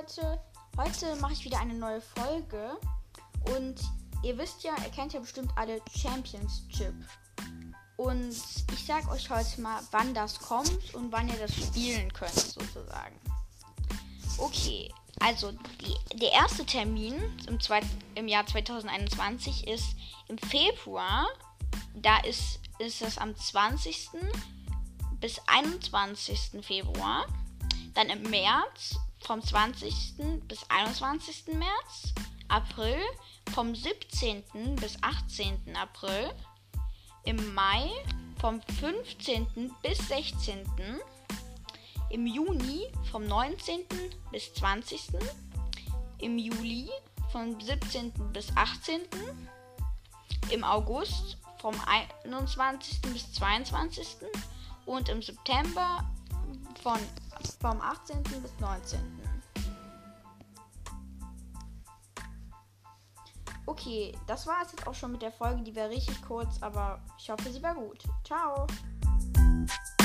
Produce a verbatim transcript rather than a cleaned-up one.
Leute, heute mache ich wieder eine neue Folge und ihr wisst ja, ihr kennt ja bestimmt alle Championship und ich sage euch heute mal, wann das kommt und wann ihr das spielen könnt sozusagen. Okay, also die, der erste Termin im, zweit, im Jahr zwanzig einundzwanzig ist im Februar, da ist, ist das am zwanzigsten bis einundzwanzigsten Februar, dann im März vom zwanzigsten bis einundzwanzigsten März, April vom siebzehnten bis achtzehnten April, im Mai vom fünfzehnten bis sechzehnten, im Juni vom neunzehnten bis zwanzigsten, im Juli vom siebzehnten bis achtzehnten, im August vom einundzwanzigsten bis zweiundzwanzigsten und im September von, vom achtzehnten bis neunzehnten. Okay, das war es jetzt auch schon mit der Folge. Die war richtig kurz, aber ich hoffe, sie war gut. Ciao!